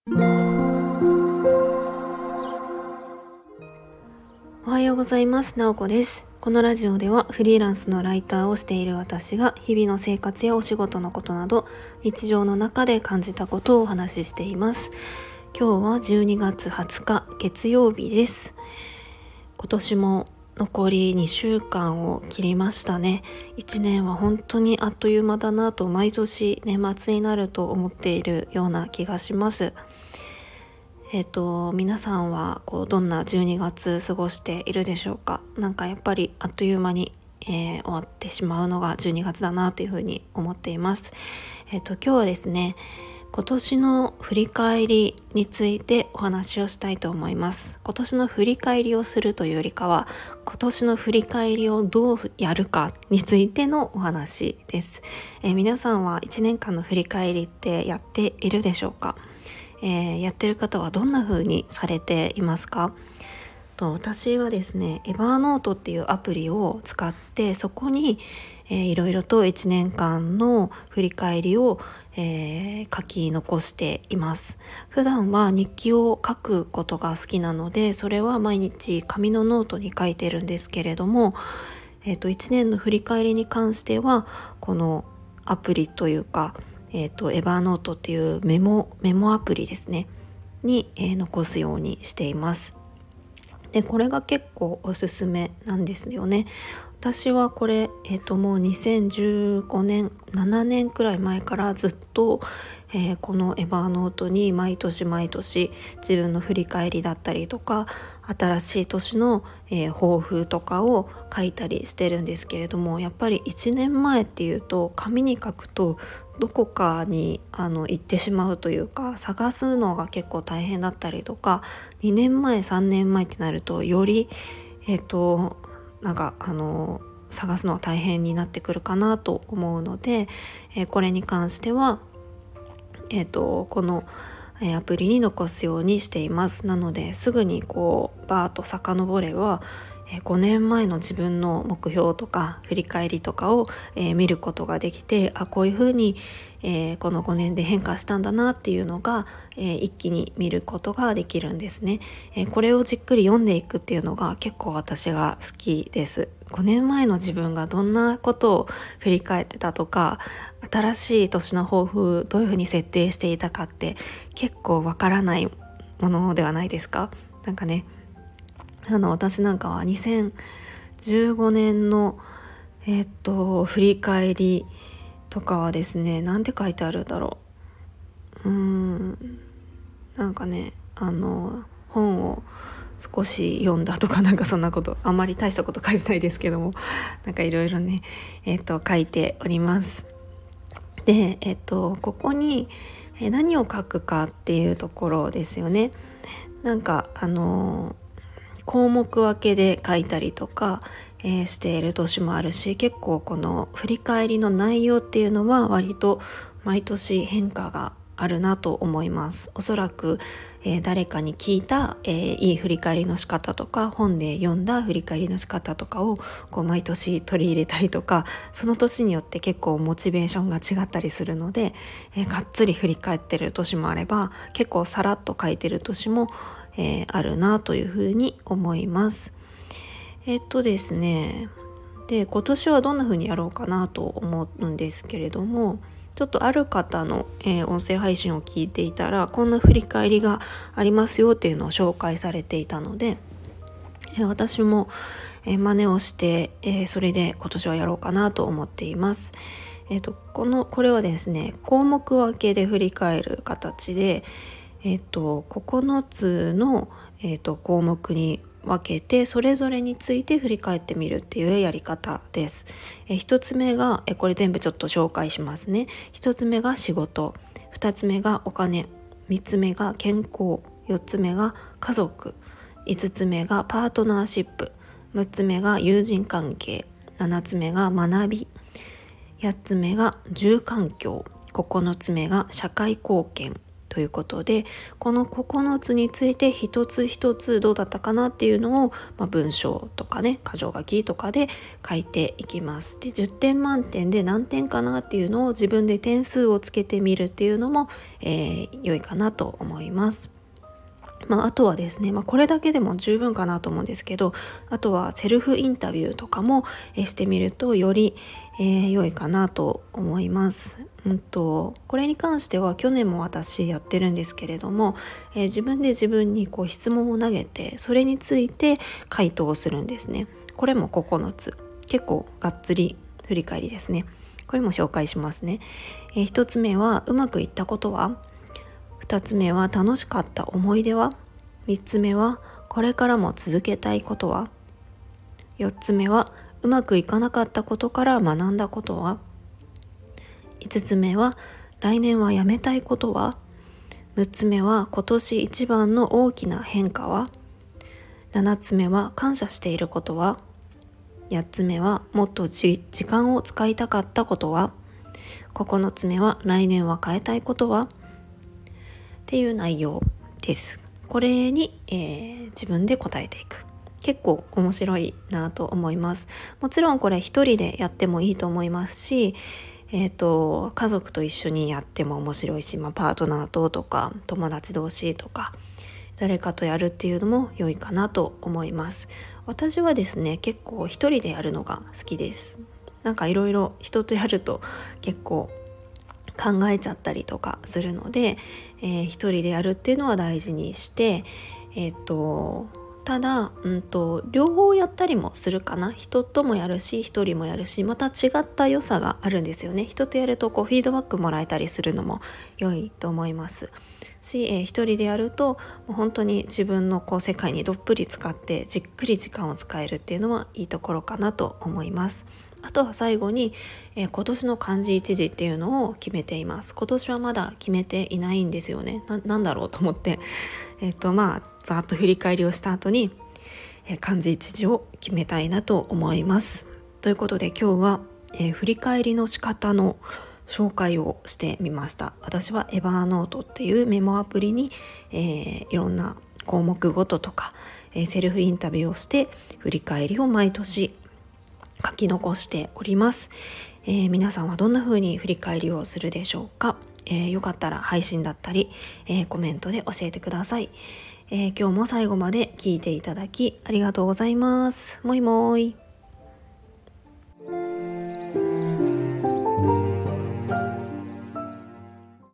おはようございます。なおこです。このラジオではフリーランスのライターをしている私が日々の生活やお仕事のことなど日常の中で感じたことをお話ししています。今日は12月20日月曜日です。今年も残り2週間を切りましたね。1年は本当にあっという間だなと毎年年末になると思っているような気がします。皆さんはどんな12月過ごしているでしょうか。なんかやっぱりあっという間に、終わってしまうのが12月だなというふうに思っています。今日はですね、今年の振り返りについてお話をしたいと思います。今年の振り返りをするというよりかは、今年の振り返りをどうやるかについてのお話です。皆さんは1年間の振り返りってやっているでしょうか。やってる方はどんな風にされていますか？私はですね、エバーノートっていうアプリを使ってそこに、いろいろと1年間の振り返りを、書き残しています。普段は日記を書くことが好きなので、それは毎日紙のノートに書いてるんですけれども、1年の振り返りに関してはこのアプリというかエバーノートっていうメモアプリですねに、残すようにしています。でこれが結構おすすめなんですよね。私はこれ、もう2015年7年くらい前からずっと、このエバーノートに毎年自分の振り返りだったりとか新しい年の、抱負とかを書いたりしてるんですけれども、やっぱり1年前っていうと紙に書くとどこかに行ってしまうというか、探すのが結構大変だったりとか、2年前3年前ってなるとより探すのは大変になってくるかなと思うので、これに関しては、このアプリに残すようにしています。なのですぐにバーッと遡れば、5年前の自分の目標とか振り返りとかを、見ることができて、こういうふうに、この5年で変化したんだなっていうのが、一気に見ることができるんですね。これをじっくり読んでいくっていうのが結構私が好きです。5年前の自分がどんなことを振り返ってたとか、新しい年の抱負どういうふうに設定していたかって結構わからないものではないですか。なんかね、私なんかは2015年の振り返りとかはですね、なんて書いてあるんだろう。なんかね、本を少し読んだとか、なんかそんなこと、あんまり大したこと書いてないですけども、なんかいろいろね、書いております。で、ここに何を書くかっていうところですよね。なんか項目分けで書いたりとか、している年もあるし、結構この振り返りの内容っていうのは割と毎年変化があるなと思います。おそらく、誰かに聞いた、いい振り返りの仕方とか、本で読んだ振り返りの仕方とかを毎年取り入れたりとか、その年によって結構モチベーションが違ったりするので、がっつり振り返ってる年もあれば、結構さらっと書いてる年も、あるなというふうに思います。ですね、で今年はどんな風にやろうかなと思うんですけれども、ちょっとある方の、音声配信を聞いていたら、こんな振り返りがありますよっていうのを紹介されていたので、私も、真似をして、それで今年はやろうかなと思っています。これはですね、項目分けで振り返る形で、9つの、項目に分けてそれぞれについて振り返ってみるっていうやり方です。一つ目がこれ全部ちょっと紹介しますね。一つ目が仕事、二つ目がお金、三つ目が健康、四つ目が家族、五つ目がパートナーシップ、六つ目が友人関係、七つ目が学び、八つ目が住環境、九つ目が社会貢献ということで、この9つについて一つ一つどうだったかなっていうのを、文章とかね、箇条書きとかで書いていきます。で、10点満点で何点かなっていうのを自分で点数をつけてみるっていうのも、良いかなと思います。あとはですね、これだけでも十分かなと思うんですけど、あとはセルフインタビューとかもしてみるとより、良いかなと思います。これに関しては去年も私やってるんですけれども、自分で自分に質問を投げて、それについて回答をするんですね。これも9つ、結構がっつり振り返りですね。これも紹介しますね。1つ目はうまくいったことは、2つ目は楽しかった思い出は、3つ目はこれからも続けたいことは、4つ目はうまくいかなかったことから学んだことは、5つ目は来年はやめたいことは、6つ目は今年一番の大きな変化は、7つ目は感謝していることは、8つ目はもっと時間を使いたかったことは、9つ目は来年は変えたいことはっていう内容です。これに、自分で答えていく。結構面白いなと思います。もちろんこれ一人でやってもいいと思いますし、家族と一緒にやっても面白いし、パートナーとか友達同士とか誰かとやるっていうのも良いかなと思います。私はですね、結構一人でやるのが好きです。なんかいろいろ人とやると結構考えちゃったりとかするので、一人でやるっていうのは大事にして、ただ、両方やったりもするかな。人ともやるし一人もやるし、また違った良さがあるんですよね。人とやるとフィードバックもらえたりするのも良いと思いますし、一人でやるともう本当に自分の世界にどっぷり使ってじっくり時間を使えるっていうのはいいところかなと思います。あとは最後に、今年の漢字一字っていうのを決めています。今年はまだ決めていないんですよね。なんだろうと思って、ざーっと振り返りをした後に、漢字一字を決めたいなと思います。ということで今日は、振り返りの仕方の紹介をしてみました。私はエバーノートっていうメモアプリに、いろんな項目ごととか、セルフインタビューをして振り返りを毎年書き残しております。皆さんはどんな風に振り返りをするでしょうか。よかったら配信だったり、コメントで教えてください。今日も最後まで聞いていただきありがとうございます。もいもーい。